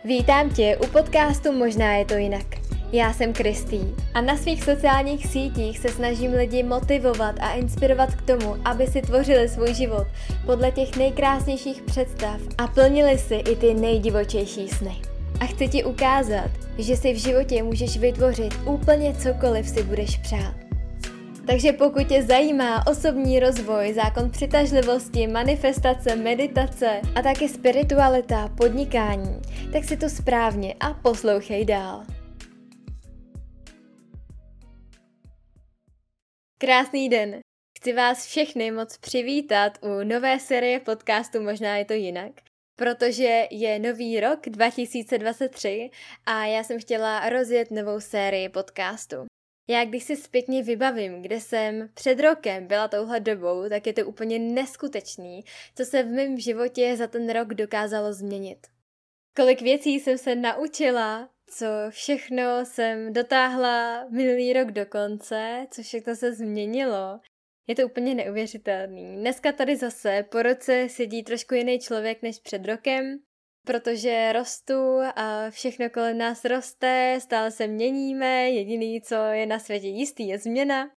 Vítám tě u podcastu Možná je to jinak. Já jsem Kristý a na svých sociálních sítích se snažím lidi motivovat a inspirovat k tomu, aby si tvořili svůj život podle těch nejkrásnějších představ a plnili si i ty nejdivočejší sny. A chci ti ukázat, že si v životě můžeš vytvořit úplně cokoliv si budeš přát. Takže pokud tě zajímá osobní rozvoj, zákon přitažlivosti, manifestace, meditace a taky spiritualita, podnikání, tak si to správně a poslouchej dál. Krásný den! Chci vás všechny moc přivítat u nové série podcastu Možná je to jinak, protože je nový rok 2023 a já jsem chtěla rozjet novou sérii podcastu. Já když si zpětně vybavím, kde jsem před rokem byla touhle dobou, tak je to úplně neskutečný, co se v mém životě za ten rok dokázalo změnit. Kolik věcí jsem se naučila, co všechno jsem dotáhla minulý rok do konce, co všechno se změnilo. Je to úplně neuvěřitelný. Dneska tady zase po roce sedí trošku jiný člověk než před rokem, protože rostu a všechno kolem nás roste, stále se měníme, jediný, co je na světě jistý, je změna.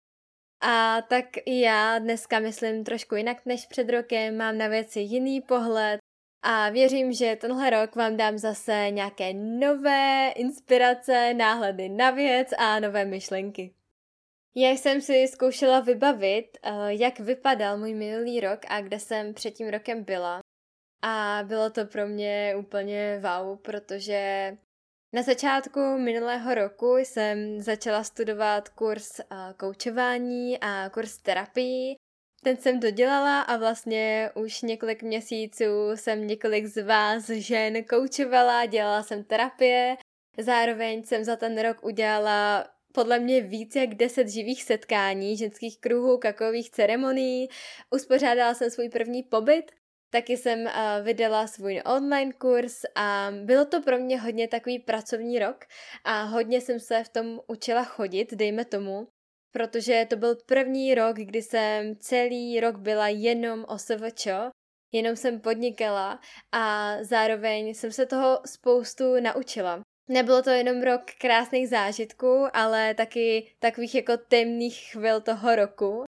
A tak i já dneska myslím trošku jinak než před rokem, mám na věci jiný pohled a věřím, že tenhle rok vám dám zase nějaké nové inspirace, náhledy na věc a nové myšlenky. Já jsem si zkoušela vybavit, jak vypadal můj minulý rok a kde jsem před tím rokem byla. A bylo to pro mě úplně wow, protože na začátku minulého roku jsem začala studovat kurz koučování a kurz terapii. Ten jsem dodělala a vlastně už několik měsíců jsem několik z vás žen koučovala, dělala jsem terapie. Zároveň jsem za ten rok udělala podle mě víc jak 10 živých setkání, ženských kruhů, kakaových ceremonií. Uspořádala jsem svůj první pobyt. Taky jsem vydala svůj online kurz a bylo to pro mě hodně takový pracovní rok a hodně jsem se v tom učila chodit, dejme tomu, protože to byl první rok, kdy jsem celý rok byla jenom OSVČ, jenom jsem podnikala a zároveň jsem se toho spoustu naučila. Nebylo to jenom rok krásných zážitků, ale taky takových jako temných chvil toho roku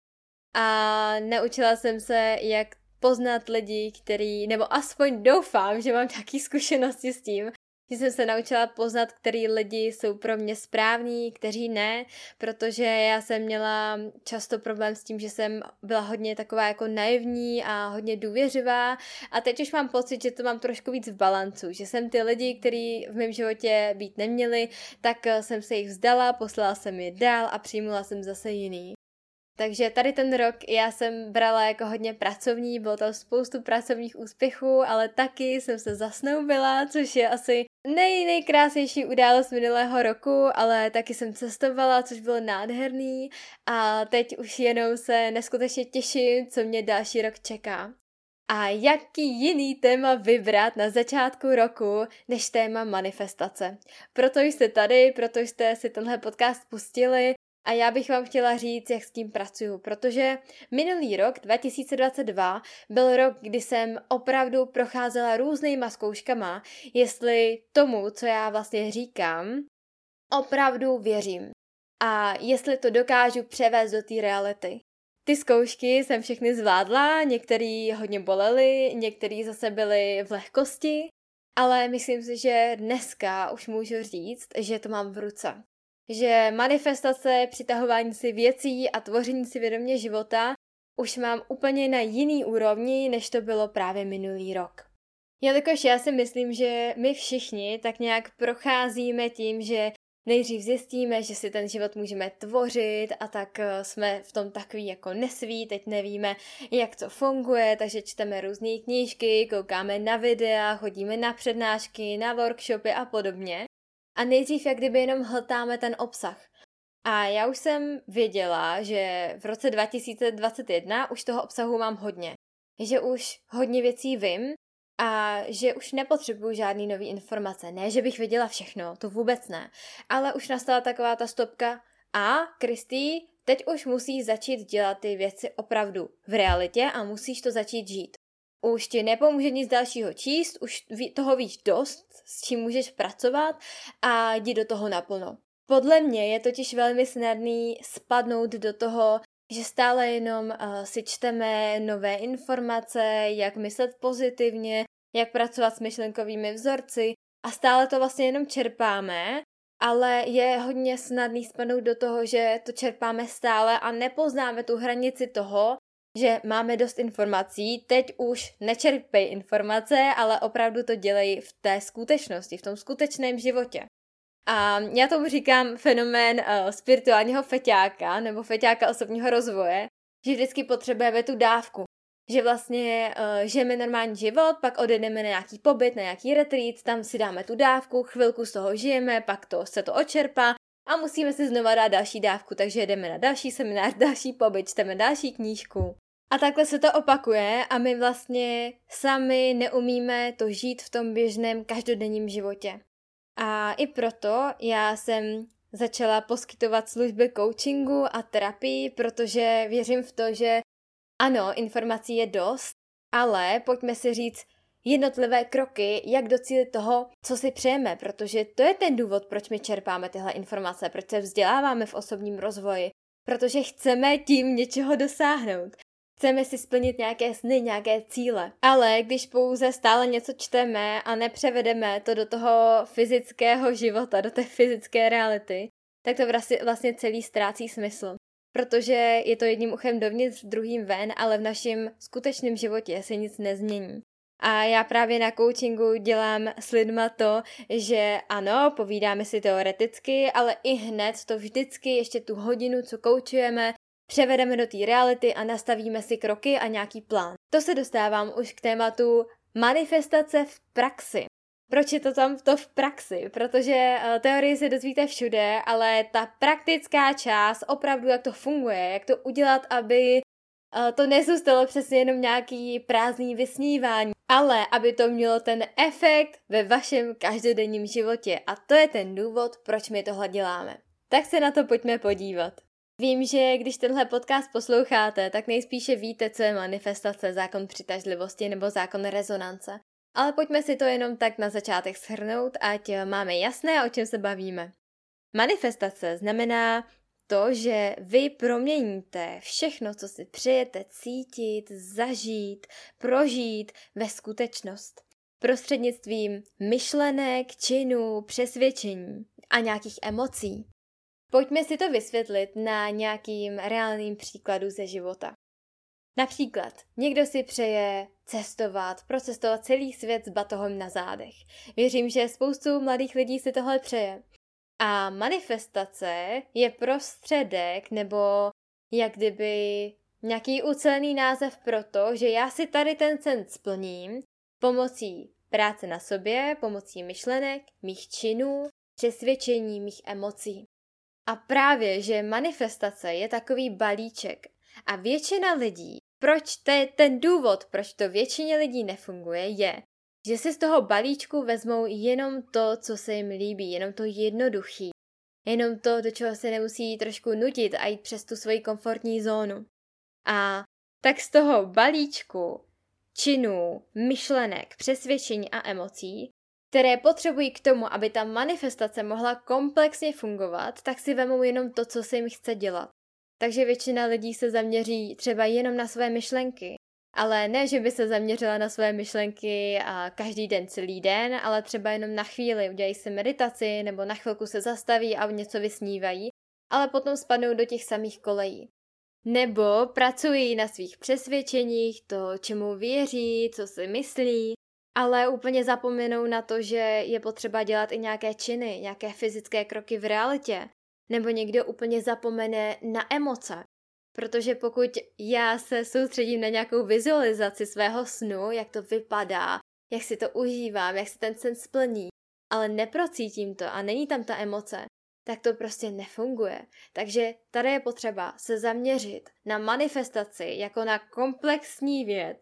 a naučila jsem se, jak poznat lidi, nebo aspoň doufám, že mám nějaké zkušenosti s tím, že jsem se naučila poznat, který lidi jsou pro mě správní, kteří ne, protože já jsem měla často problém s tím, že jsem byla hodně taková jako naivní a hodně důvěřivá a teď už mám pocit, že to mám trošku víc v balancu, že jsem ty lidi, kteří v mém životě být neměli, tak jsem se jich vzdala, poslala jsem je dál a přijmula jsem zase jiný. Takže tady ten rok já jsem brala jako hodně pracovní, bylo tam spoustu pracovních úspěchů, ale taky jsem se zasnoubila, což je asi nejkrásnější událost minulého roku, ale taky jsem cestovala, což bylo nádherný a teď už jenom se neskutečně těším, co mě další rok čeká. A jaký jiný téma vybrat na začátku roku, než téma manifestace. Proto jste tady, proto jste si tenhle podcast pustili, a já bych vám chtěla říct, jak s tím pracuju, protože minulý rok 2022 byl rok, kdy jsem opravdu procházela různýma zkouškama, jestli tomu, co já vlastně říkám, opravdu věřím. A jestli to dokážu převést do té reality. Ty zkoušky jsem všechny zvládla, některé hodně bolely, některé zase byly v lehkosti, ale myslím si, že dneska už můžu říct, že to mám v ruce. Že manifestace, přitahování si věcí a tvoření si vědomě života už mám úplně na jiný úrovni, než to bylo právě minulý rok. Jelikož já si myslím, že my všichni tak nějak procházíme tím, že nejdřív zjistíme, že si ten život můžeme tvořit a tak jsme v tom takový jako nesví, teď nevíme, jak to funguje, takže čteme různé knížky, koukáme na videa, chodíme na přednášky, na workshopy a podobně. A nejdřív jak kdyby jenom hltáme ten obsah. A já už jsem věděla, že v roce 2021 už toho obsahu mám hodně. Že už hodně věcí vím a že už nepotřebuju žádný nový informace. Ne, že bych věděla všechno, to vůbec ne. Ale už nastala taková ta stopka a Kristý, teď už musíš začít dělat ty věci opravdu v realitě a musíš to začít žít. už ti nepomůže nic dalšího číst, už toho víš dost, s čím můžeš pracovat a jdi do toho naplno. Podle mě je totiž velmi snadný spadnout do toho, že stále jenom si čteme nové informace, jak myslet pozitivně, jak pracovat s myšlenkovými vzorci a stále to vlastně jenom čerpáme, ale je hodně snadný spadnout do toho, že to čerpáme stále a nepoznáme tu hranici toho, že máme dost informací, teď už nečerpej informace, ale opravdu to dělej v té skutečnosti, v tom skutečném životě. A já tomu říkám fenomén spirituálního feťáka nebo feťáka osobního rozvoje, že vždycky potřebujeme tu dávku. Že vlastně žijeme normální život, pak odejdeme na nějaký pobyt, na nějaký retreat, tam si dáme tu dávku, chvilku z toho žijeme, pak se to očerpá a musíme si znova dát další dávku, takže jedeme na další seminář, další pobyt, čteme další knížku. A takhle se to opakuje a my vlastně sami neumíme to žít v tom běžném každodenním životě. A i proto já jsem začala poskytovat služby coachingu a terapii, protože věřím v to, že ano, informací je dost, ale pojďme si říct jednotlivé kroky, jak docílit toho, co si přejeme, protože to je ten důvod, proč my čerpáme tyhle informace, proč se vzděláváme v osobním rozvoji, protože chceme tím něčeho dosáhnout. Chceme si splnit nějaké sny, nějaké cíle. Ale když pouze stále něco čteme a nepřevedeme to do toho fyzického života, do té fyzické reality, tak to vlastně celý ztrácí smysl. Protože je to jedním uchem dovnitř, druhým ven, ale v našem skutečném životě se nic nezmění. A já právě na coachingu dělám s lidma to, že ano, povídáme si teoreticky, ale i hned to vždycky ještě tu hodinu, co coachujeme, převedeme do té reality a nastavíme si kroky a nějaký plán. To se dostávám už k tématu manifestace v praxi. Proč je to tam v praxi? Protože teorie se dozvíte všude, ale ta praktická část, opravdu jak to funguje, jak to udělat, aby to nezůstalo přesně jenom nějaký prázdný vysnívání, ale aby to mělo ten efekt ve vašem každodenním životě. A to je ten důvod, proč my tohle děláme. Tak se na to pojďme podívat. Vím, že když tenhle podcast posloucháte, tak nejspíše víte, co je manifestace, zákon přitažlivosti nebo zákon rezonance. Ale pojďme si to jenom tak na začátek shrnout, ať máme jasné, o čem se bavíme. Manifestace znamená to, že vy proměníte všechno, co si přejete cítit, zažít, prožít ve skutečnost. Prostřednictvím myšlenek, činů, přesvědčení a nějakých emocí. Pojďme si to vysvětlit na nějakým reálným příkladu ze života. Například, někdo si přeje cestovat, procestovat celý svět s batohem na zádech. Věřím, že spoustu mladých lidí si tohle přeje. A manifestace je prostředek nebo jak kdyby nějaký ucelený název pro to, že já si tady ten sen splním pomocí práce na sobě, pomocí myšlenek, mých činů, přesvědčení, mých emocí. A právě, že manifestace je takový balíček a většina lidí, ten důvod, proč to většině lidí nefunguje, je, že si z toho balíčku vezmou jenom to, co se jim líbí, jenom to jednoduchý, jenom to, do čeho se nemusí trošku nutit a jít přes tu svoji komfortní zónu. A tak z toho balíčku činů, myšlenek, přesvědčení a emocí, které potřebují k tomu, aby ta manifestace mohla komplexně fungovat, tak si vemou jenom to, co se jim chce dělat. Takže většina lidí se zaměří třeba jenom na své myšlenky. Ale ne, že by se zaměřila na své myšlenky a každý den, celý den, ale třeba jenom na chvíli udělají si meditaci nebo na chvilku se zastaví a něco vysnívají, ale potom spadnou do těch samých kolejí. Nebo pracují na svých přesvědčeních, to, čemu věří, co si myslí, ale úplně zapomenou na to, že je potřeba dělat i nějaké činy, nějaké fyzické kroky v realitě. Nebo někdo úplně zapomene na emoce. Protože pokud já se soustředím na nějakou vizualizaci svého snu, jak to vypadá, jak si to užívám, jak se ten sen splní, ale neprocítím to a není tam ta emoce, tak to prostě nefunguje. Takže tady je potřeba se zaměřit na manifestaci jako na komplexní věc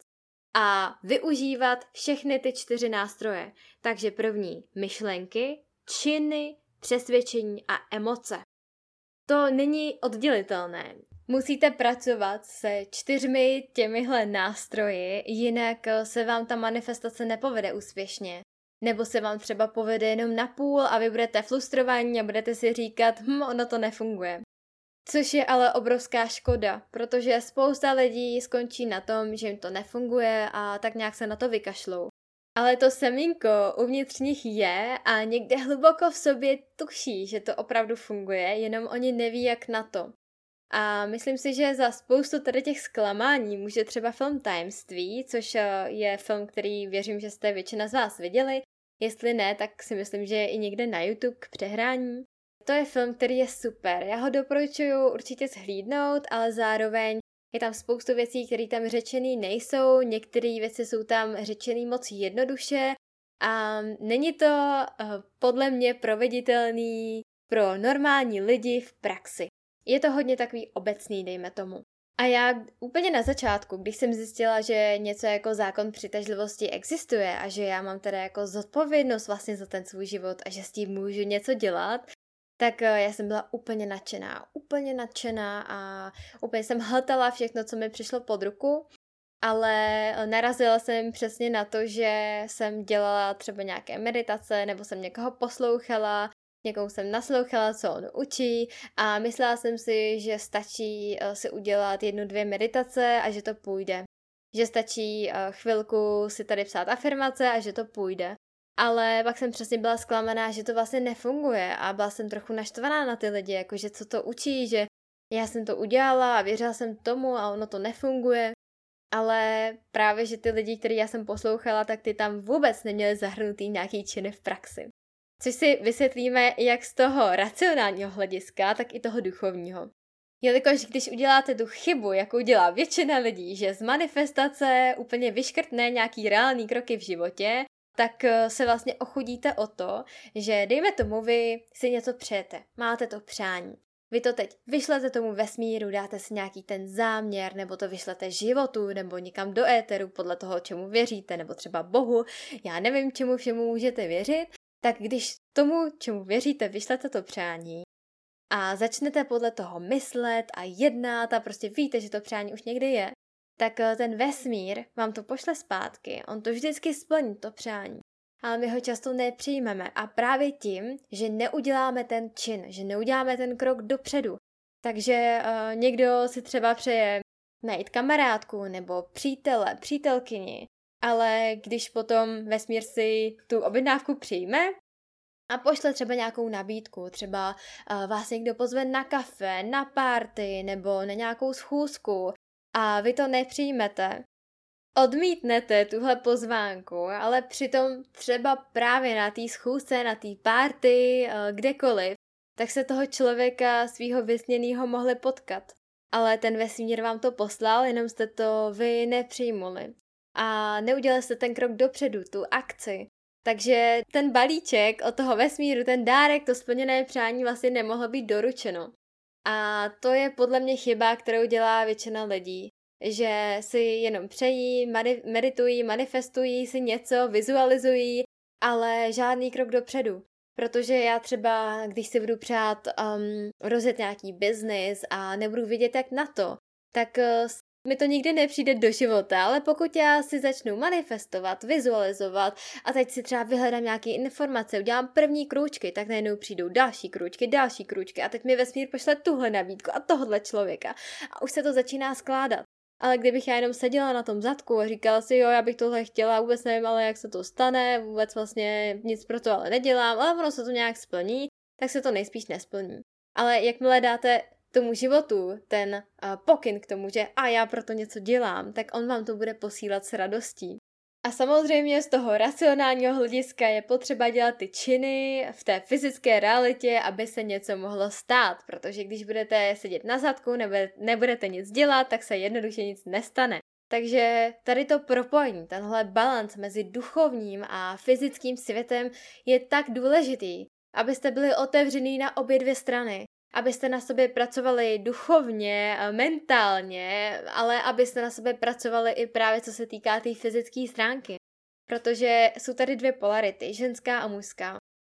a využívat všechny ty 4 nástroje. Takže první myšlenky, činy, přesvědčení a emoce. To není oddělitelné. Musíte pracovat se 4 těmihle nástroji, jinak se vám ta manifestace nepovede úspěšně. Nebo se vám třeba povede jenom na půl a vy budete frustrovaní a budete si říkat, ono to nefunguje. Což je ale obrovská škoda, protože spousta lidí skončí na tom, že jim to nefunguje a tak nějak se na to vykašlou. Ale to semínko uvnitř nich je a někde hluboko v sobě tuší, že to opravdu funguje, jenom oni neví jak na to. A myslím si, že za spoustu tady těch zklamání může třeba film Tajemství, což je film, který věřím, že jste většina z vás viděli. Jestli ne, tak si myslím, že je i někde na YouTube k přehrání. To je film, který je super. Já ho doporučuji určitě zhlídnout, ale zároveň je tam spoustu věcí, které tam řečený nejsou. Některé věci jsou tam řečený moc jednoduše a není to podle mě proveditelný pro normální lidi v praxi. Je to hodně takový obecný, dejme tomu. A já úplně na začátku, když jsem zjistila, že něco jako zákon přitažlivosti existuje a že já mám teda jako zodpovědnost vlastně za ten svůj život a že s tím můžu něco dělat, tak já jsem byla úplně nadšená a úplně jsem hltala všechno, co mi přišlo pod ruku, ale narazila jsem přesně na to, že jsem dělala třeba nějaké meditace nebo jsem někoho poslouchala, někomu jsem naslouchala, co on učí a myslela jsem si, že stačí si udělat 1-2 meditace a že to půjde. Že stačí chvilku si tady psát afirmace a že to půjde. Ale pak jsem přesně byla zklamaná, že to vlastně nefunguje a byla jsem trochu naštvaná na ty lidi, jakože co to učí, že já jsem to udělala a věřila jsem tomu a ono to nefunguje. Ale právě, že ty lidi, který já jsem poslouchala, tak ty tam vůbec neměli zahrnutý nějaký činy v praxi. Což si vysvětlíme jak z toho racionálního hlediska, tak i toho duchovního. Jelikož když uděláte tu chybu, jakou dělá většina lidí, že z manifestace úplně vyškrtne nějaký reálný kroky v životě, tak se vlastně ochudíte o to, že dejme tomu vy si něco přejete, máte to přání. Vy to teď vyšlete tomu vesmíru, dáte si nějaký ten záměr, nebo to vyšlete životu, nebo někam do éteru podle toho, čemu věříte, nebo třeba Bohu, já nevím, čemu všemu můžete věřit, tak když tomu, čemu věříte, vyšlete to přání a začnete podle toho myslet a jednat a prostě víte, že to přání už někdy je, tak ten vesmír vám to pošle zpátky, on to vždycky splní, to přání. Ale my ho často nepřijmeme a právě tím, že neuděláme ten čin, že neuděláme ten krok dopředu. Takže někdo si třeba přeje najít kamarádku nebo přítele, přítelkyni, ale když potom vesmír si tu objednávku přijme a pošle třeba nějakou nabídku, třeba vás někdo pozve na kafe, na party nebo na nějakou schůzku a vy to nepřijmete, odmítnete tuhle pozvánku, ale přitom třeba právě na té schůzce, na té party, kdekoliv, tak se toho člověka svýho vysněnýho mohli potkat. Ale ten vesmír vám to poslal, jenom jste to vy nepřijmuli. A neudělali jste ten krok dopředu, tu akci. Takže ten balíček od toho vesmíru, ten dárek, to splněné přání vlastně nemohlo být doručeno. A to je podle mě chyba, kterou dělá většina lidí. Že si jenom přejí, meditují, manifestují si něco, vizualizují, ale žádný krok dopředu. Protože já třeba, když si budu přát rozjet nějaký biznis a nebudu vědět jak na to, tak mi to nikdy nepřijde do života, ale pokud já si začnu manifestovat, vizualizovat a teď si třeba vyhledám nějaké informace, udělám první krůčky, tak najednou přijdou další krůčky a teď mi vesmír pošle tuhle nabídku a tohle člověka a už se to začíná skládat. Ale kdybych já jenom seděla na tom zadku a říkala si, jo, já bych tohle chtěla, vůbec nevím, ale jak se to stane, vůbec vlastně nic pro to ale nedělám, ale ono se to nějak splní, tak se to nejspíš nesplní. Ale jakmile dáte tomu životu ten pokyn k tomu, že já proto něco dělám, tak on vám to bude posílat s radostí. A samozřejmě z toho racionálního hlediska je potřeba dělat ty činy v té fyzické realitě, aby se něco mohlo stát, protože když budete sedět na zadku nebo nebudete nic dělat, tak se jednoduše nic nestane. Takže tady to propojení, tenhle balans mezi duchovním a fyzickým světem je tak důležitý, abyste byli otevřený na obě dvě strany. Abyste na sobě pracovali duchovně, mentálně, ale abyste na sobě pracovali i právě co se týká té fyzické stránky. Protože jsou tady dvě polarity, ženská a mužská.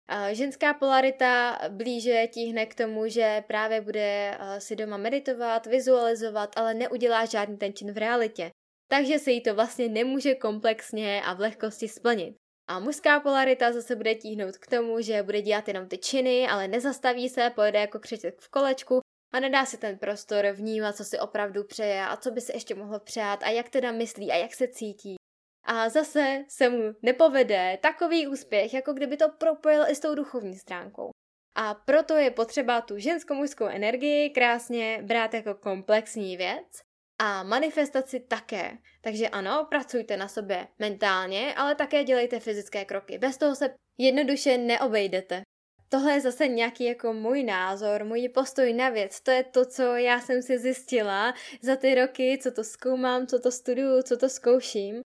Ženská polarita blíže tíhne k tomu, že právě bude si doma meditovat, vizualizovat, ale neudělá žádný ten čin v realitě. Takže se jí to vlastně nemůže komplexně a v lehkosti splnit. A mužská polarita zase bude tíhnout k tomu, že bude dělat jenom ty činy, ale nezastaví se, pojede jako křičet v kolečku a nedá si ten prostor vnímat, co si opravdu přeje a co by se ještě mohlo přát a jak teda myslí a jak se cítí. A zase se mu nepovede takový úspěch, jako kdyby to propojil i s tou duchovní stránkou. A proto je potřeba tu ženskou-mužskou energii krásně brát jako komplexní věc a manifestaci také. Takže ano, pracujte na sobě mentálně, ale také dělejte fyzické kroky. Bez toho se jednoduše neobejdete. Tohle je zase nějaký jako můj názor, můj postoj na věc. To je to, co já jsem si zjistila za ty roky, co to zkoumám, co to studuju, co to zkouším.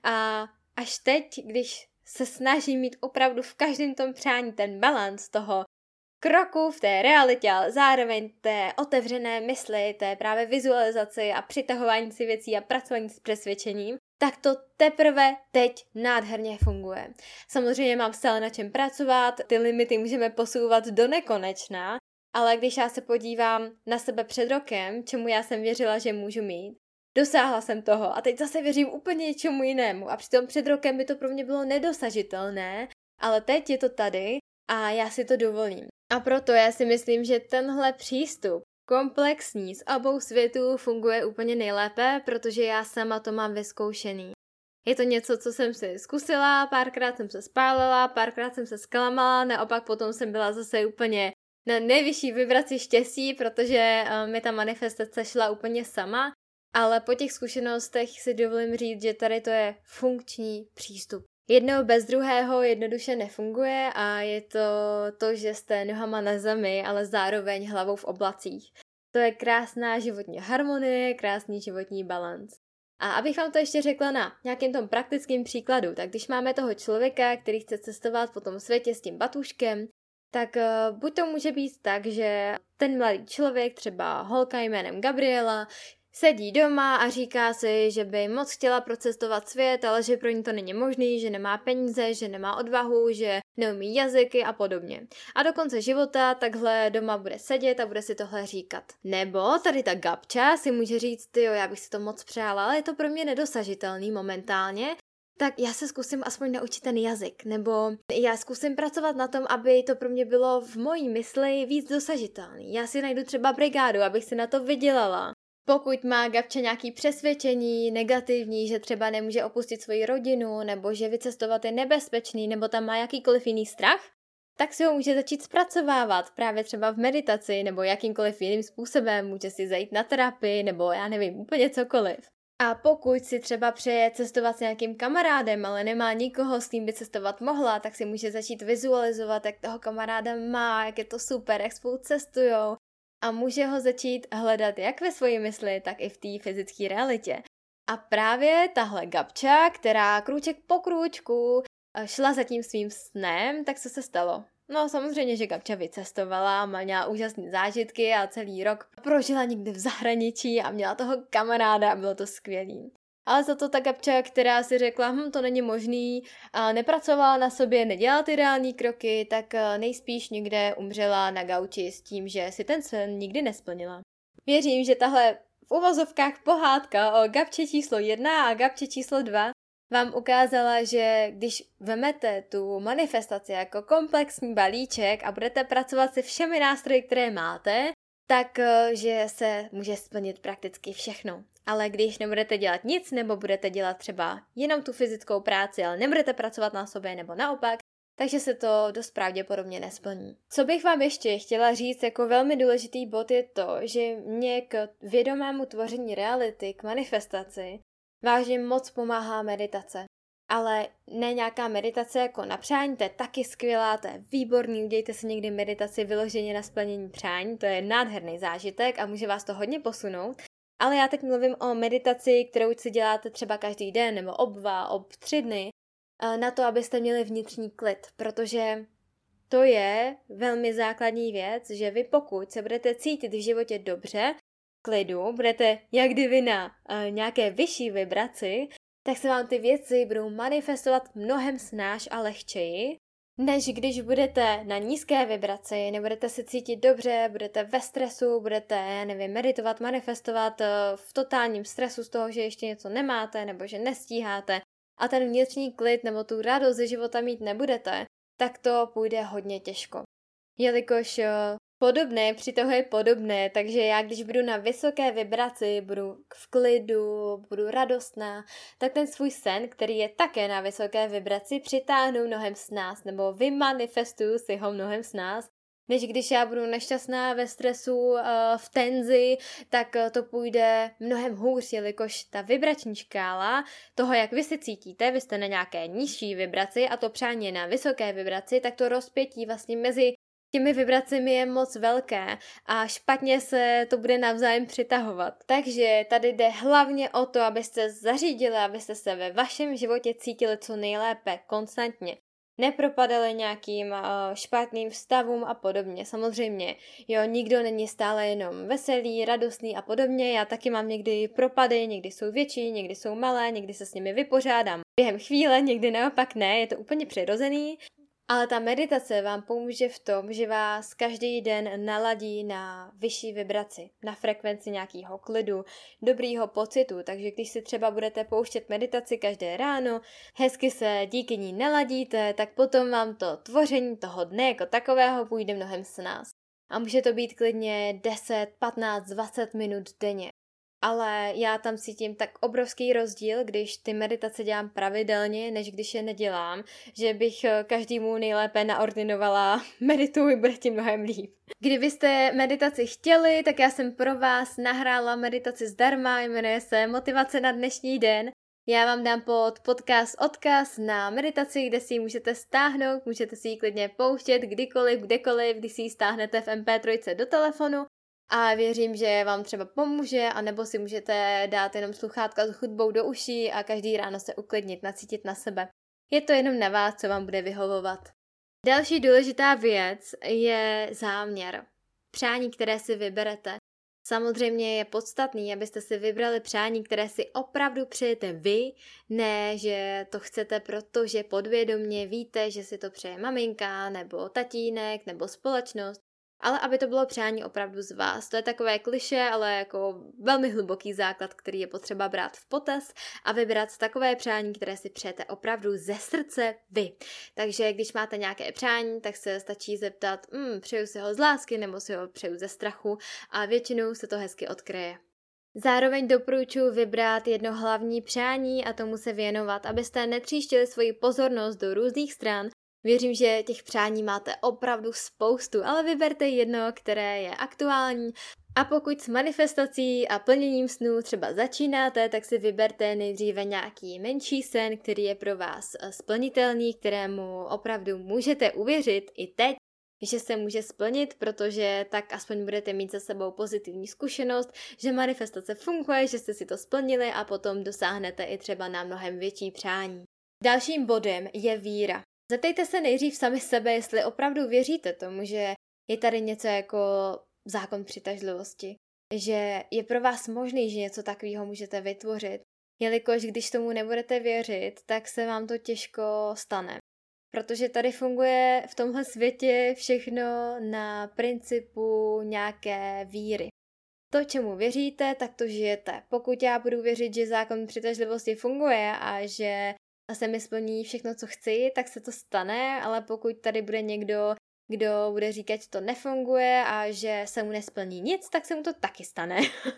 A až teď, když se snažím mít opravdu v každém tom přání ten balans toho kroku v té realitě, ale zároveň té otevřené mysli, té právě vizualizaci a přitahování si věcí a pracování s přesvědčením, tak to teprve teď nádherně funguje. Samozřejmě mám stále na čem pracovat, ty limity můžeme posouvat do nekonečna, ale když já se podívám na sebe před rokem, čemu já jsem věřila, že můžu mít, dosáhla jsem toho a teď zase věřím úplně něčemu jinému a přitom před rokem by to pro mě bylo nedosažitelné, ale teď je to tady a já si to dovolím. A proto já si myslím, že tenhle přístup komplexní z obou světů funguje úplně nejlépe, protože já sama to mám vyzkoušený. Je to něco, co jsem si zkusila, párkrát jsem se spálila, párkrát jsem se zklamala, naopak potom jsem byla zase úplně na nejvyšší vibraci štěstí, protože mi ta manifestace šla úplně sama, ale po těch zkušenostech si dovolím říct, že tady to je funkční přístup. Jedno bez druhého jednoduše nefunguje a je to, že jste nohama na zemi, ale zároveň hlavou v oblacích. To je krásná životní harmonie, krásný životní balans. A abych vám to ještě řekla na nějakém tom praktickém příkladu, tak když máme toho člověka, který chce cestovat po tom světě s tím batůžkem, tak buď to může být tak, že ten mladý člověk, třeba holka jménem Gabriela, sedí doma a říká si, že by moc chtěla procestovat svět, ale že pro ní to není možný, že nemá peníze, že nemá odvahu, že neumí jazyky a podobně. A do konce života takhle doma bude sedět a bude si tohle říkat. Nebo tady ta Gabča si může říct, jo, já bych si to moc přála, ale je to pro mě nedosažitelný momentálně, tak já se zkusím aspoň naučit ten jazyk, nebo já zkusím pracovat na tom, aby to pro mě bylo v mojí mysli víc dosažitelný. Já si najdu třeba brigádu, abych si na to vydělala. Pokud má Gabča nějaký přesvědčení negativní, že třeba nemůže opustit svoji rodinu, nebo že vycestovat je nebezpečný, nebo tam má jakýkoliv jiný strach, tak si ho může začít zpracovávat právě třeba v meditaci, nebo jakýmkoliv jiným způsobem, může si zajít na terapii, nebo já nevím, úplně cokoliv. A pokud si třeba přeje cestovat s nějakým kamarádem, ale nemá nikoho, s kým by cestovat mohla, tak si může začít vizualizovat, jak toho kamaráda má, jak je to super, jak spolu cestujou. A může ho začít hledat jak ve své mysli, tak i v té fyzické realitě. A právě tahle Gabča, která krůček po krůčku šla za tím svým snem, tak co se stalo? No samozřejmě, že Gabča vycestovala, měla úžasné zážitky a celý rok prožila někde v zahraničí a měla toho kamaráda a bylo to skvělý. Ale za to ta Gabča, která si řekla, to není možný, a nepracovala na sobě, nedělala ty reální kroky, tak nejspíš někde umřela na gauči s tím, že si ten sen nikdy nesplnila. Věřím, že tahle v uvozovkách pohádka o Gabče číslo 1 a Gabče číslo 2 vám ukázala, že když vemete tu manifestaci jako komplexní balíček a budete pracovat se všemi nástroji, které máte, tak že se může splnit prakticky všechno. Ale když nebudete dělat nic, nebo budete dělat třeba jenom tu fyzickou práci, ale nebudete pracovat na sobě, nebo naopak, takže se to dost pravděpodobně nesplní. Co bych vám ještě chtěla říct jako velmi důležitý bod je to, že mě k vědomému tvoření reality, k manifestaci, vážně moc pomáhá meditace. Ale ne nějaká meditace jako na přání, to je taky skvělá, to je výborný, udějte si někdy meditaci vyloženě na splnění přání, to je nádherný zážitek a může vás to hodně posunout. Ale já teď mluvím o meditaci, kterou si děláte třeba každý den, nebo ob 3 dny, na to, abyste měli vnitřní klid, protože to je velmi základní věc, že vy pokud se budete cítit v životě dobře, klidu, budete jak kdyby na nějaké vyšší vibraci, tak se vám ty věci budou manifestovat mnohem snáš a lehčeji než když budete na nízké vibraci, nebudete se cítit dobře, budete ve stresu, budete, já nevím, meditovat, manifestovat v totálním stresu z toho, že ještě něco nemáte nebo že nestíháte a ten vnitřní klid nebo tu radost ze života mít nebudete, tak to půjde hodně těžko. Jelikož podobné přitahuje podobné, takže já když budu na vysoké vibraci, budu v klidu, budu radostná, tak ten svůj sen, který je také na vysoké vibraci, přitáhnu mnohem snáz, nebo vymanifestuju si ho mnohem snáz, než když já budu nešťastná ve stresu, v tenzi, tak to půjde mnohem hůř, jelikož ta vibrační škála toho, jak vy se cítíte, vy jste na nějaké nižší vibraci a to přání je na vysoké vibraci, tak to rozpětí vlastně mezi těmi vibracemi je moc velké a špatně se to bude navzájem přitahovat. Takže tady jde hlavně o to, abyste zařídili, abyste se ve vašem životě cítili co nejlépe, konstantně. Nepropadali nějakým špatným stavům a podobně. Samozřejmě, jo, nikdo není stále jenom veselý, radostný a podobně. Já taky mám někdy propady, někdy jsou větší, někdy jsou malé, někdy se s nimi vypořádám během chvíle, někdy naopak ne, je to úplně přirozený. Ale ta meditace vám pomůže v tom, že vás každý den naladí na vyšší vibraci, na frekvenci nějakého klidu, dobrýho pocitu, takže když si třeba budete pouštět meditaci každé ráno, hezky se díky ní naladíte, tak potom vám to tvoření toho dne jako takového půjde mnohem snáz. A může to být klidně 10, 15, 20 minut denně. Ale já tam cítím tak obrovský rozdíl, když ty meditace dělám pravidelně, než když je nedělám, že bych každému nejlépe naordinovala medituj, bude ti mnohem líp. Kdybyste meditaci chtěli, tak já jsem pro vás nahrála meditaci zdarma, jmenuje se Motivace na dnešní den. Já vám dám pod podcast odkaz na meditaci, kde si ji můžete stáhnout, můžete si ji klidně pouštět kdykoliv, kdekoliv, když si ji stáhnete v MP3 do telefonu. A věřím, že vám třeba pomůže, anebo si můžete dát jenom sluchátka s hudbou do uší a každý ráno se uklidnit, nacítit na sebe. Je to jenom na vás, co vám bude vyhovovat. Další důležitá věc je záměr. Přání, které si vyberete. Samozřejmě je podstatný, abyste si vybrali přání, které si opravdu přejete vy, ne, že to chcete, protože podvědomě víte, že si to přeje maminka, nebo tatínek, nebo společnost. Ale aby to bylo přání opravdu z vás. To je takové klišé, ale jako velmi hluboký základ, který je potřeba brát v potaz a vybrat takové přání, které si přejete opravdu ze srdce vy. Takže když máte nějaké přání, tak se stačí zeptat, přeju si ho z lásky nebo si ho přeju ze strachu a většinou se to hezky odkryje. Zároveň doporučuji vybrat jedno hlavní přání a tomu se věnovat, abyste netříštili svoji pozornost do různých stran. Věřím, že těch přání máte opravdu spoustu, ale vyberte jedno, které je aktuální. A pokud s manifestací a plněním snů třeba začínáte, tak si vyberte nejdříve nějaký menší sen, který je pro vás splnitelný, kterému opravdu můžete uvěřit i teď, že se může splnit, protože tak aspoň budete mít za sebou pozitivní zkušenost, že manifestace funguje, že jste si to splnili a potom dosáhnete i třeba na mnohem větší přání. Dalším bodem je víra. Zeptejte se nejdřív sami sebe, jestli opravdu věříte tomu, že je tady něco jako zákon přitažlivosti, že je pro vás možný, že něco takového můžete vytvořit, jelikož když tomu nebudete věřit, tak se vám to těžko stane. Protože tady funguje v tomhle světě všechno na principu nějaké víry. To, čemu věříte, tak to žijete. Pokud já budu věřit, že zákon přitažlivosti funguje a že se mi splní všechno, co chci, tak se to stane, ale pokud tady bude někdo, kdo bude říkat, že to nefunguje a že se mu nesplní nic, tak se mu to taky stane.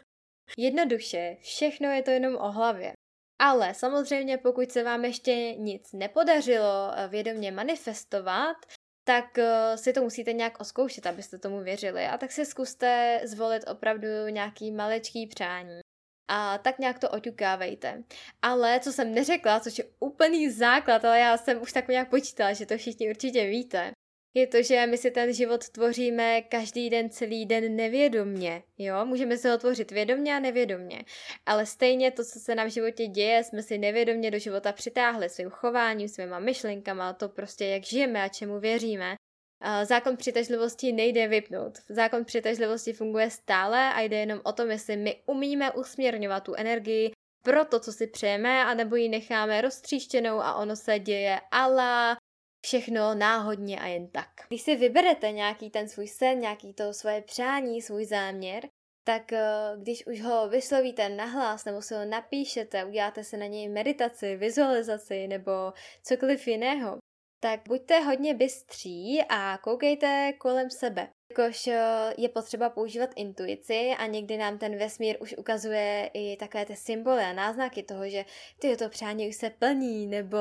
Jednoduše, všechno je to jenom o hlavě. Ale samozřejmě, pokud se vám ještě nic nepodařilo vědomě manifestovat, tak si to musíte nějak oskoušet, abyste tomu věřili. A tak si zkuste zvolit opravdu nějaký maličký přání. A tak nějak to oťukávejte. Ale co jsem neřekla, což je úplný základ, ale já jsem už tak nějak počítala, že to všichni určitě víte, je to, že my si ten život tvoříme každý den, celý den nevědomně. Jo? Můžeme si ho tvořit vědomně a nevědomně. Ale stejně to, co se nám v životě děje, jsme si nevědomně do života přitáhli svým chováním, svýma myšlenkama, to prostě jak žijeme a čemu věříme. Zákon přitažlivosti nejde vypnout. Zákon přitažlivosti funguje stále a jde jenom o tom, jestli my umíme usměrňovat tu energii pro to, co si přejeme, anebo ji necháme roztříštěnou a ono se děje ala všechno náhodně a jen tak. Když si vyberete nějaký ten svůj sen, nějaký to svoje přání, svůj záměr, tak když už ho vyslovíte nahlas nebo si ho napíšete, uděláte se na něj meditaci, vizualizaci nebo cokoliv jiného, tak buďte hodně bystří a koukejte kolem sebe. Jakož je potřeba používat intuici a někdy nám ten vesmír už ukazuje i takové ty symboly a náznaky toho, že to přání už se plní, nebo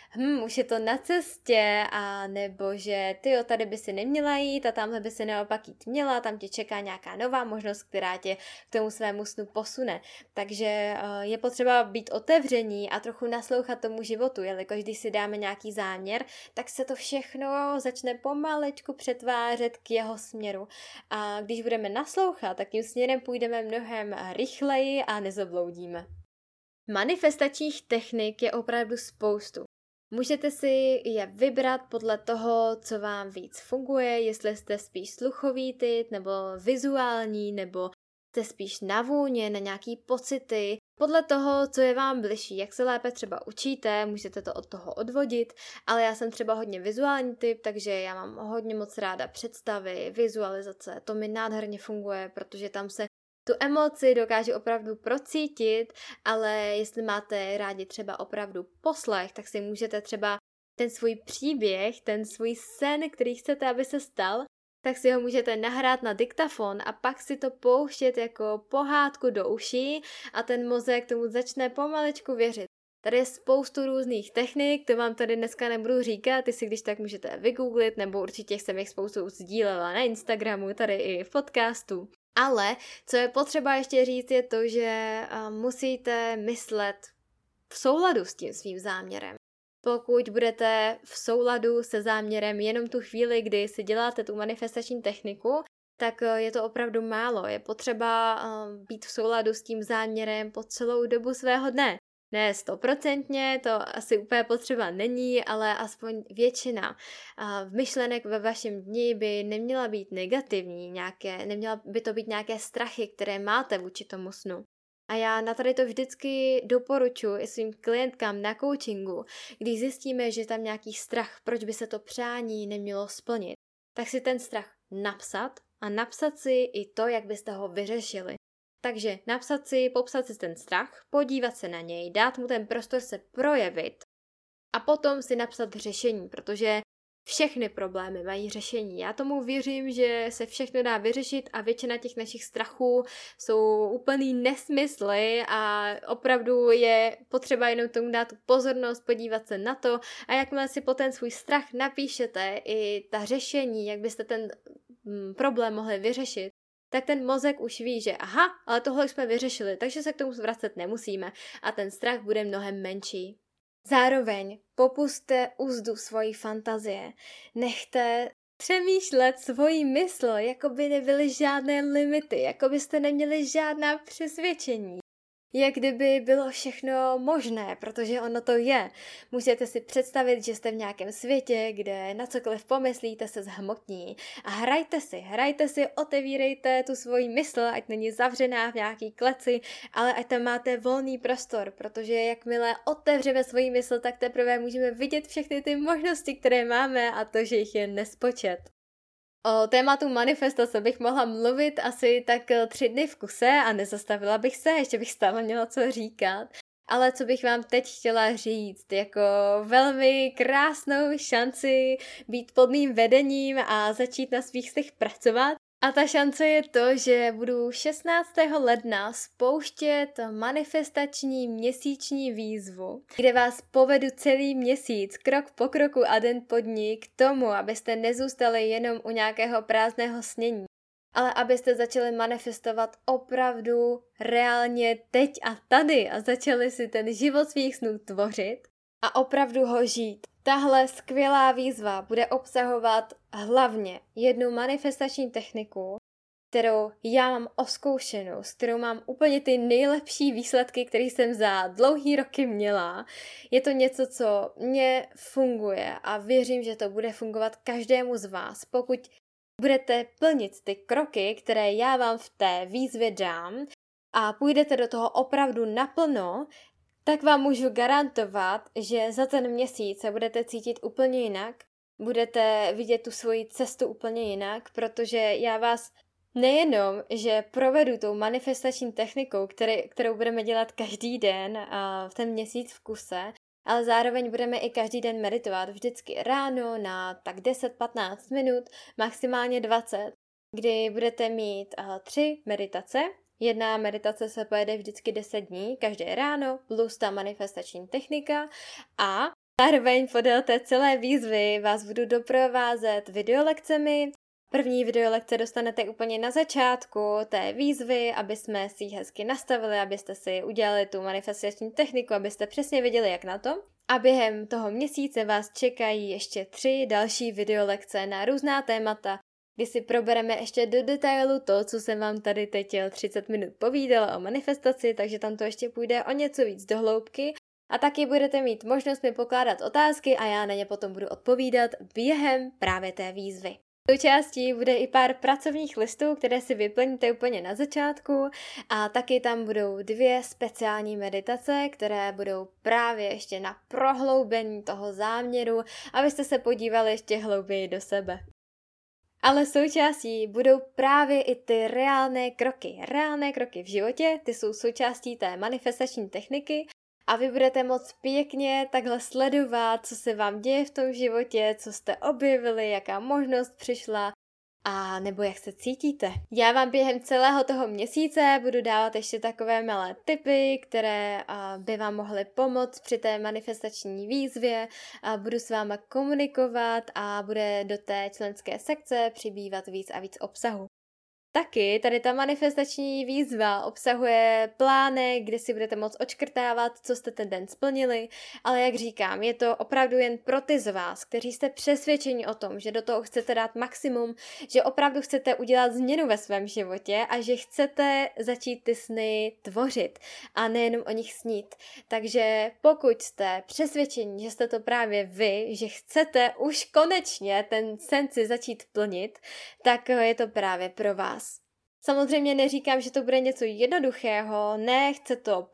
už je to na cestě, a nebo že tady by si neměla jít a tamhle by si naopak jít měla, tam tě čeká nějaká nová možnost, která tě k tomu svému snu posune. Takže je potřeba být otevření a trochu naslouchat tomu životu, jelikož když si dáme nějaký záměr, tak se to všechno začne pomalečku přetvářet k jeho směru. A když budeme naslouchat, tak tím směrem půjdeme mnohem rychleji a nezabloudíme. Manifestačních technik je opravdu spoustu. Můžete si je vybrat podle toho, co vám víc funguje, jestli jste spíš sluchový typ, nebo vizuální, nebo jste spíš na vůně, na nějaký pocity. Podle toho, co je vám bližší, jak se lépe třeba učíte, můžete to od toho odvodit, ale já jsem třeba hodně vizuální typ, takže já mám hodně moc ráda představy, vizualizace, to mi nádherně funguje, protože tam se tu emoci dokážu opravdu procítit, ale jestli máte rádi třeba opravdu poslech, tak si můžete třeba ten svůj příběh, ten svůj sen, který chcete, aby se stal, tak si ho můžete nahrát na diktafon a pak si to pouštět jako pohádku do uší a ten mozek tomu začne pomaličku věřit. Tady je spoustu různých technik, to vám tady dneska nebudu říkat, ty si když tak můžete vygooglit, nebo určitě jsem jich spoustu sdílela na Instagramu, tady i v podcastu. Ale co je potřeba ještě říct je to, že musíte myslet v souladu s tím svým záměrem. Pokud budete v souladu se záměrem jenom tu chvíli, kdy si děláte tu manifestační techniku, tak je to opravdu málo. Je potřeba být v souladu s tím záměrem po celou dobu svého dne. Ne 100%, to asi úplně potřeba není, ale aspoň většina myšlenek ve vašem dni by neměla být negativní, neměla by to být nějaké strachy, které máte vůči tomu snu. A já na tady to vždycky doporučuji i svým klientkám na coachingu, když zjistíme, že je tam nějaký strach, proč by se to přání nemělo splnit, tak si ten strach napsat a napsat si i to, jak byste ho vyřešili. Takže popsat si ten strach, podívat se na něj, dát mu ten prostor se projevit a potom si napsat řešení, protože všechny problémy mají řešení. Já tomu věřím, že se všechno dá vyřešit a většina těch našich strachů jsou úplný nesmysly a opravdu je potřeba jenom tomu dát pozornost, podívat se na to a jakmile si po ten svůj strach napíšete i ta řešení, jak byste ten problém mohli vyřešit, tak ten mozek už ví, že aha, ale tohle jsme vyřešili, takže se k tomu vracet nemusíme a ten strach bude mnohem menší. Zároveň popuste úzdu svojí fantazie. Nechte přemýšlet svoji mysl, jako by nebyly žádné limity, jako byste neměli žádná přesvědčení. Jak kdyby bylo všechno možné, protože ono to je. Můžete si představit, že jste v nějakém světě, kde na cokoliv pomyslíte se zhmotní. A hrajte si, otevírejte tu svoji mysl, ať není zavřená v nějaký kleci, ale ať tam máte volný prostor, protože jakmile otevřeme svoji mysl, tak teprve můžeme vidět všechny ty možnosti, které máme a to, že jich je nespočet. O tématu manifestace bych mohla mluvit asi tak 3 dny v kuse a nezastavila bych se, ještě bych stále měla co říkat. Ale co bych vám teď chtěla říct, jako velmi krásnou šanci být pod mým vedením a začít na svých snech pracovat. A ta šance je to, že budu 16. ledna spouštět manifestační měsíční výzvu, kde vás povedu celý měsíc, krok po kroku a den po dni k tomu, abyste nezůstali jenom u nějakého prázdného snění, ale abyste začali manifestovat opravdu reálně teď a tady a začali si ten život svých snů tvořit a opravdu ho žít. Tahle skvělá výzva bude obsahovat hlavně jednu manifestační techniku, kterou já mám oskoušenou, s kterou mám úplně ty nejlepší výsledky, které jsem za dlouhý roky měla. Je to něco, co mě funguje a věřím, že to bude fungovat každému z vás, pokud budete plnit ty kroky, které já vám v té výzvě dám a půjdete do toho opravdu naplno, tak vám můžu garantovat, že za ten měsíc se budete cítit úplně jinak budete vidět tu svoji cestu úplně jinak, protože já vás nejenom, že provedu tou manifestační technikou, kterou budeme dělat každý den v ten měsíc v kuse, ale zároveň budeme i každý den meditovat vždycky ráno na tak 10-15 minut, maximálně 20, kdy budete mít 3 meditace. Jedna meditace se pojede vždycky 10 dní, každé ráno, plus ta manifestační technika a zároveň podél té celé výzvy vás budu doprovázet videolekcemi. První videolekce dostanete úplně na začátku té výzvy, aby jsme si ji hezky nastavili, abyste si udělali tu manifestační techniku, abyste přesně věděli, jak na to. A během toho měsíce vás čekají ještě 3 další videolekce na různá témata, kdy si probereme ještě do detailu to, co jsem vám tady teď 30 minut povídala o manifestaci, takže tam to ještě půjde o něco víc do hloubky. A taky budete mít možnost mi pokládat otázky a já na ně potom budu odpovídat během právě té výzvy. Součástí bude i pár pracovních listů, které si vyplníte úplně na začátku a taky tam budou 2 speciální meditace, které budou právě ještě na prohloubení toho záměru, abyste se podívali ještě hlouběji do sebe. Ale součástí budou právě i ty reálné kroky v životě, ty jsou součástí té manifestační techniky a vy budete moct pěkně takhle sledovat, co se vám děje v tom životě, co jste objevili, jaká možnost přišla a nebo jak se cítíte. Já vám během celého toho měsíce budu dávat ještě takové malé tipy, které by vám mohly pomoct při té manifestační výzvě. Budu s váma komunikovat a bude do té členské sekce přibývat víc a víc obsahu. Taky tady ta manifestační výzva obsahuje plánek, kde si budete moct odškrtávat, co jste ten den splnili, ale jak říkám, je to opravdu jen pro ty z vás, kteří jste přesvědčeni o tom, že do toho chcete dát maximum, že opravdu chcete udělat změnu ve svém životě a že chcete začít ty sny tvořit a nejenom o nich snít. Takže pokud jste přesvědčeni, že jste to právě vy, že chcete už konečně ten sen si začít plnit, tak je to právě pro vás. Samozřejmě neříkám, že to bude něco jednoduchého, ne, chce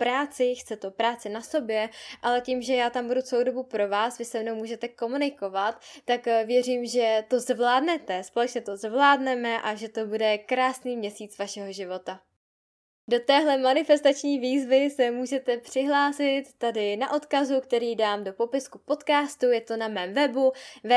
to práci na sobě, ale tím, že já tam budu celou dobu pro vás, vy se mnou můžete komunikovat, tak věřím, že to zvládnete, společně to zvládneme a že to bude krásný měsíc vašeho života. Do téhle manifestační výzvy se můžete přihlásit tady na odkazu, který dám do popisku podcastu, je to na mém webu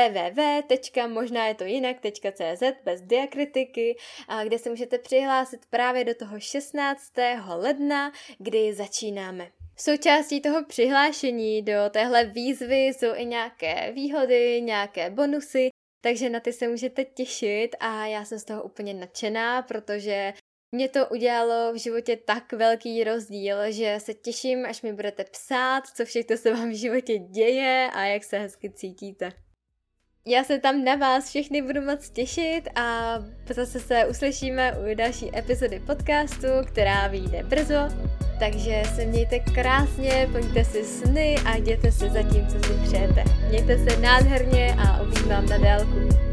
www.možnajetojinak.cz bez diakritiky, kde se můžete přihlásit právě do toho 16. ledna, kdy začínáme. Součástí toho přihlášení do téhle výzvy jsou i nějaké výhody, nějaké bonusy, takže na ty se můžete těšit a já jsem z toho úplně nadšená, protože mě to udělalo v životě tak velký rozdíl, že se těším, až mi budete psát, co všechno se vám v životě děje a jak se hezky cítíte. Já se tam na vás všechny budu moc těšit a zase se uslyšíme u další epizody podcastu, která vyjde brzo. Takže se mějte krásně, plňte si sny a jděte si za tím, co si přejete. Mějte se nádherně a uvidím vám na dálku.